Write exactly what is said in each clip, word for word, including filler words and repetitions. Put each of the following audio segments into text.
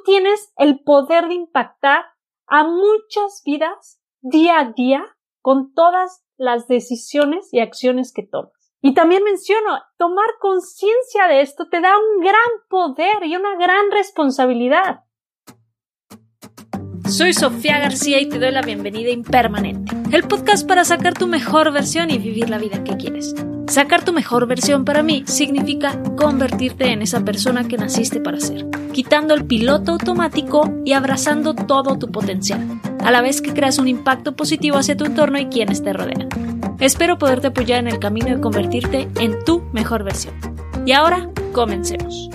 tienes el poder de impactar a muchas vidas día a día con todas las decisiones y acciones que tomas. Y también menciono, tomar conciencia de esto te da un gran poder y una gran responsabilidad. Soy Sofía García y te doy la bienvenida a Impermanente, el podcast para sacar tu mejor versión y vivir la vida que quieres. Sacar tu mejor versión para mí significa convertirte en esa persona que naciste para ser, quitando el piloto automático y abrazando todo tu potencial, a la vez que creas un impacto positivo hacia tu entorno y quienes te rodean. Espero poderte apoyar en el camino de convertirte en tu mejor versión. Y ahora, comencemos.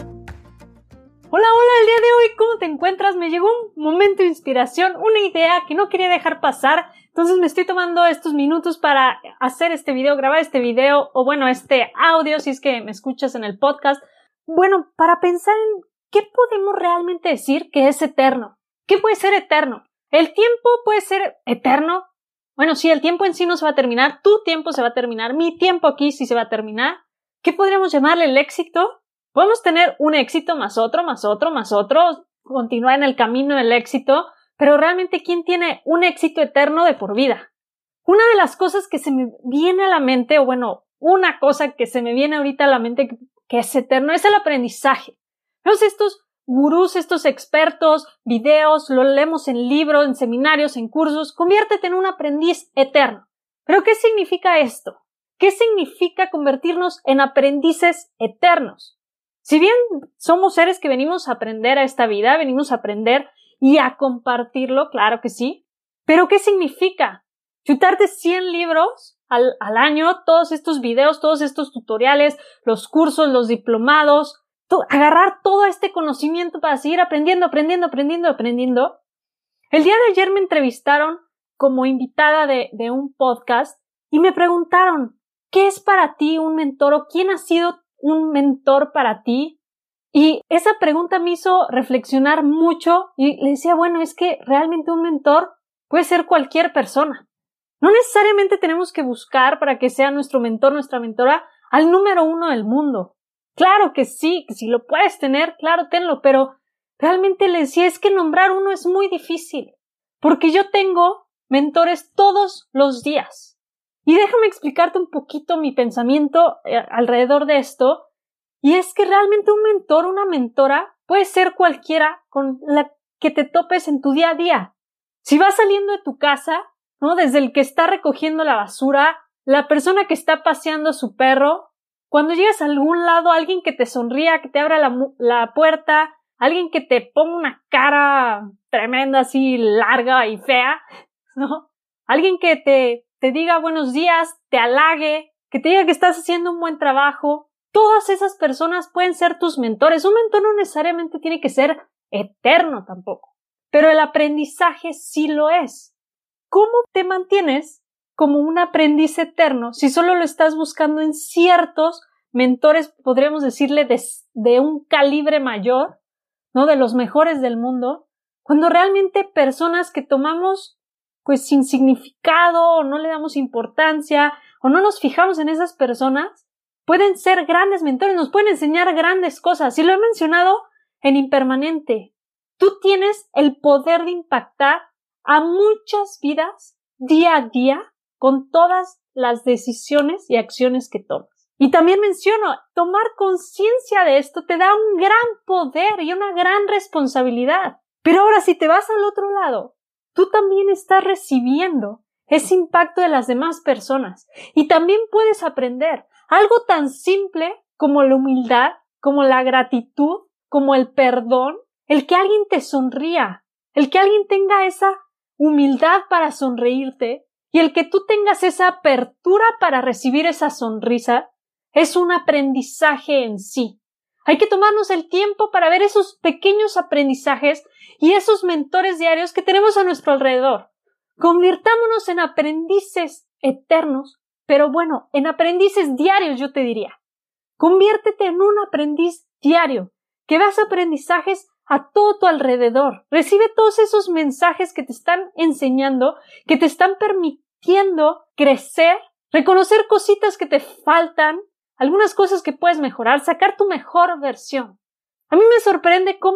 Hola, hola, el día de hoy, ¿cómo te encuentras? Me llegó un momento de inspiración, una idea que no quería dejar pasar, entonces me estoy tomando estos minutos para hacer este video, grabar este video, o bueno, este audio, si es que me escuchas en el podcast. Bueno, para pensar en qué podemos realmente decir que es eterno. ¿Qué puede ser eterno? ¿El tiempo puede ser eterno? Bueno, sí, el tiempo en sí no se va a terminar, tu tiempo se va a terminar, mi tiempo aquí sí se va a terminar. ¿Qué podríamos llamarle el éxito? Podemos tener un éxito más otro, más otro, más otro, continuar en el camino del éxito, pero realmente ¿quién tiene un éxito eterno de por vida? Una de las cosas que se me viene a la mente, o bueno, una cosa que se me viene ahorita a la mente que, que es eterno, es el aprendizaje. Vemos estos gurús, estos expertos, videos, lo leemos en libros, en seminarios, en cursos, conviértete en un aprendiz eterno. ¿Pero qué significa esto? ¿Qué significa convertirnos en aprendices eternos? Si bien somos seres que venimos a aprender a esta vida, venimos a aprender y a compartirlo, claro que sí, pero ¿qué significa? Chutarte cien libros al, al año, todos estos videos, todos estos tutoriales, los cursos, los diplomados, to- agarrar todo este conocimiento para seguir aprendiendo, aprendiendo, aprendiendo, aprendiendo. El día de ayer me entrevistaron como invitada de, de un podcast y me preguntaron, ¿qué es para ti un mentor o quién ha sido un mentor para ti? Y esa pregunta me hizo reflexionar mucho y le decía, bueno, es que realmente un mentor puede ser cualquier persona. No necesariamente tenemos que buscar para que sea nuestro mentor, nuestra mentora, al número uno del mundo. Claro que sí, que si lo puedes tener, claro, tenlo, pero realmente le decía, es que nombrar uno es muy difícil, porque yo tengo mentores todos los días. Y déjame explicarte un poquito mi pensamiento eh, alrededor de esto, y es que realmente un mentor, una mentora, puede ser cualquiera con la que te topes en tu día a día. Si vas saliendo de tu casa, ¿no? Desde el que está recogiendo la basura, la persona que está paseando a su perro, cuando llegas a algún lado, alguien que te sonría, que te abra la, la puerta, alguien que te ponga una cara tremenda, así larga y fea, ¿no? Alguien que te te diga buenos días, te halague, que te diga que estás haciendo un buen trabajo. Todas esas personas pueden ser tus mentores. Un mentor no necesariamente tiene que ser eterno tampoco, pero el aprendizaje sí lo es. ¿Cómo te mantienes como un aprendiz eterno si solo lo estás buscando en ciertos mentores, podríamos decirle, de, de un calibre mayor, ¿no? De los mejores del mundo, cuando realmente personas que tomamos pues sin significado, o no le damos importancia, o no nos fijamos en esas personas, pueden ser grandes mentores, nos pueden enseñar grandes cosas. Y lo he mencionado en Impermanente. Tú tienes el poder de impactar a muchas vidas día a día con todas las decisiones y acciones que tomas. Y también menciono, tomar conciencia de esto te da un gran poder y una gran responsabilidad. Pero ahora, si te vas al otro lado, tú también estás recibiendo ese impacto de las demás personas y también puedes aprender algo tan simple como la humildad, como la gratitud, como el perdón, el que alguien te sonría, el que alguien tenga esa humildad para sonreírte y el que tú tengas esa apertura para recibir esa sonrisa es un aprendizaje en sí. Hay que tomarnos el tiempo para ver esos pequeños aprendizajes y esos mentores diarios que tenemos a nuestro alrededor. Convirtámonos en aprendices eternos, pero bueno, en aprendices diarios yo te diría. Conviértete en un aprendiz diario, que veas aprendizajes a todo tu alrededor. Recibe todos esos mensajes que te están enseñando, que te están permitiendo crecer, reconocer cositas que te faltan, algunas cosas que puedes mejorar, sacar tu mejor versión. A mí me sorprende cómo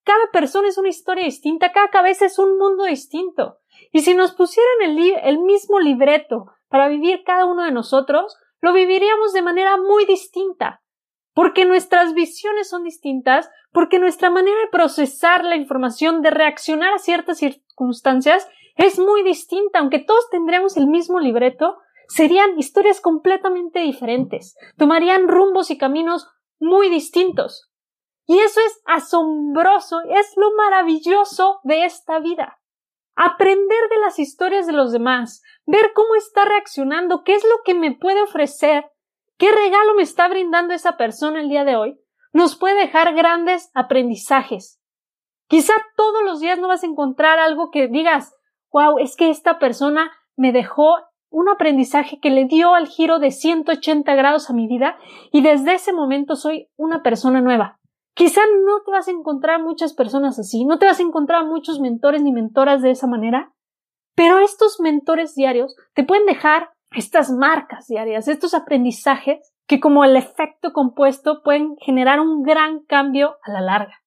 cada persona es una historia distinta, cada cabeza es un mundo distinto. Y si nos pusieran el, li- el mismo libreto para vivir cada uno de nosotros, lo viviríamos de manera muy distinta. Porque nuestras visiones son distintas, porque nuestra manera de procesar la información, de reaccionar a ciertas circunstancias, es muy distinta. Aunque todos tendremos el mismo libreto, serían historias completamente diferentes, tomarían rumbos y caminos muy distintos. Y eso es asombroso, es lo maravilloso de esta vida. Aprender de las historias de los demás, ver cómo está reaccionando, qué es lo que me puede ofrecer, qué regalo me está brindando esa persona el día de hoy, nos puede dejar grandes aprendizajes. Quizá todos los días no vas a encontrar algo que digas, wow, es que esta persona me dejó un aprendizaje que le dio el giro de ciento ochenta grados a mi vida y desde ese momento soy una persona nueva. Quizá no te vas a encontrar muchas personas así, no te vas a encontrar muchos mentores ni mentoras de esa manera, pero estos mentores diarios te pueden dejar estas marcas diarias, estos aprendizajes que como el efecto compuesto pueden generar un gran cambio a la larga.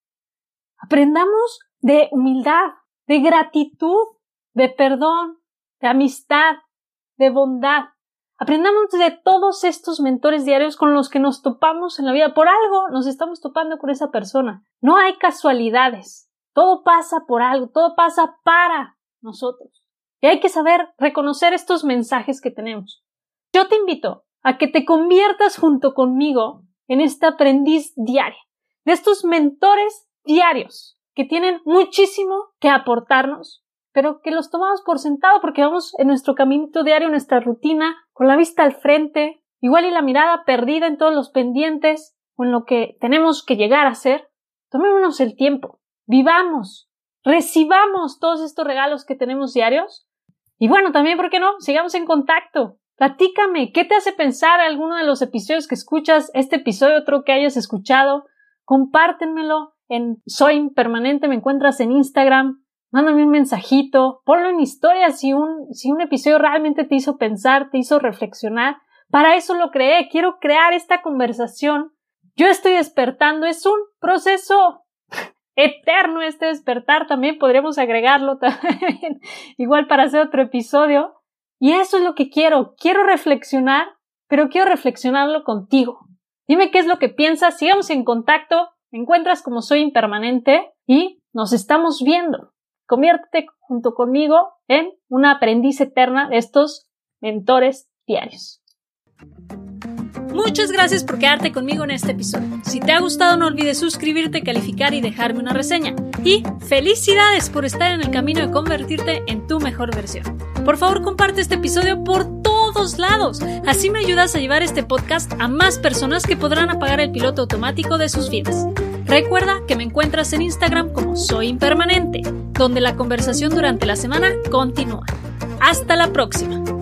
Aprendamos de humildad, de gratitud, de perdón, de amistad, de bondad. Aprendamos de todos estos mentores diarios con los que nos topamos en la vida. Por algo nos estamos topando con esa persona. No hay casualidades. Todo pasa por algo, todo pasa para nosotros. Y hay que saber reconocer estos mensajes que tenemos. Yo te invito a que te conviertas junto conmigo en este aprendiz diario, de estos mentores diarios que tienen muchísimo que aportarnos, pero que los tomamos por sentado porque vamos en nuestro caminito diario, en nuestra rutina, con la vista al frente, igual y la mirada perdida en todos los pendientes o en lo que tenemos que llegar a hacer. Tomémonos el tiempo, vivamos, recibamos todos estos regalos que tenemos diarios y bueno, también, ¿por qué no? Sigamos en contacto. Platícame, ¿qué te hace pensar alguno de los episodios que escuchas? Este episodio, otro que hayas escuchado, compártenmelo en Soy Impermanente, me encuentras en Instagram. Mándame un mensajito, ponlo en historias si un, si un episodio realmente te hizo pensar, te hizo reflexionar. Para eso lo creé, quiero crear esta conversación. Yo estoy despertando, es un proceso eterno este despertar, también podríamos agregarlo también, igual para hacer otro episodio. Y eso es lo que quiero, quiero reflexionar, pero quiero reflexionarlo contigo. Dime qué es lo que piensas, sigamos en contacto, me encuentras como Soy Impermanente y nos estamos viendo. Conviértete junto conmigo en una aprendiz eterna de estos mentores diarios. Muchas gracias por quedarte conmigo en este episodio. Si te ha gustado, no olvides suscribirte, calificar y dejarme una reseña. Y felicidades por estar en el camino de convertirte en tu mejor versión. Por favor, comparte este episodio por todos lados. Así me ayudas a llevar este podcast a más personas que podrán apagar el piloto automático de sus vidas. Recuerda que me encuentras en Instagram como Soy Impermanente, donde la conversación durante la semana continúa. ¡Hasta la próxima!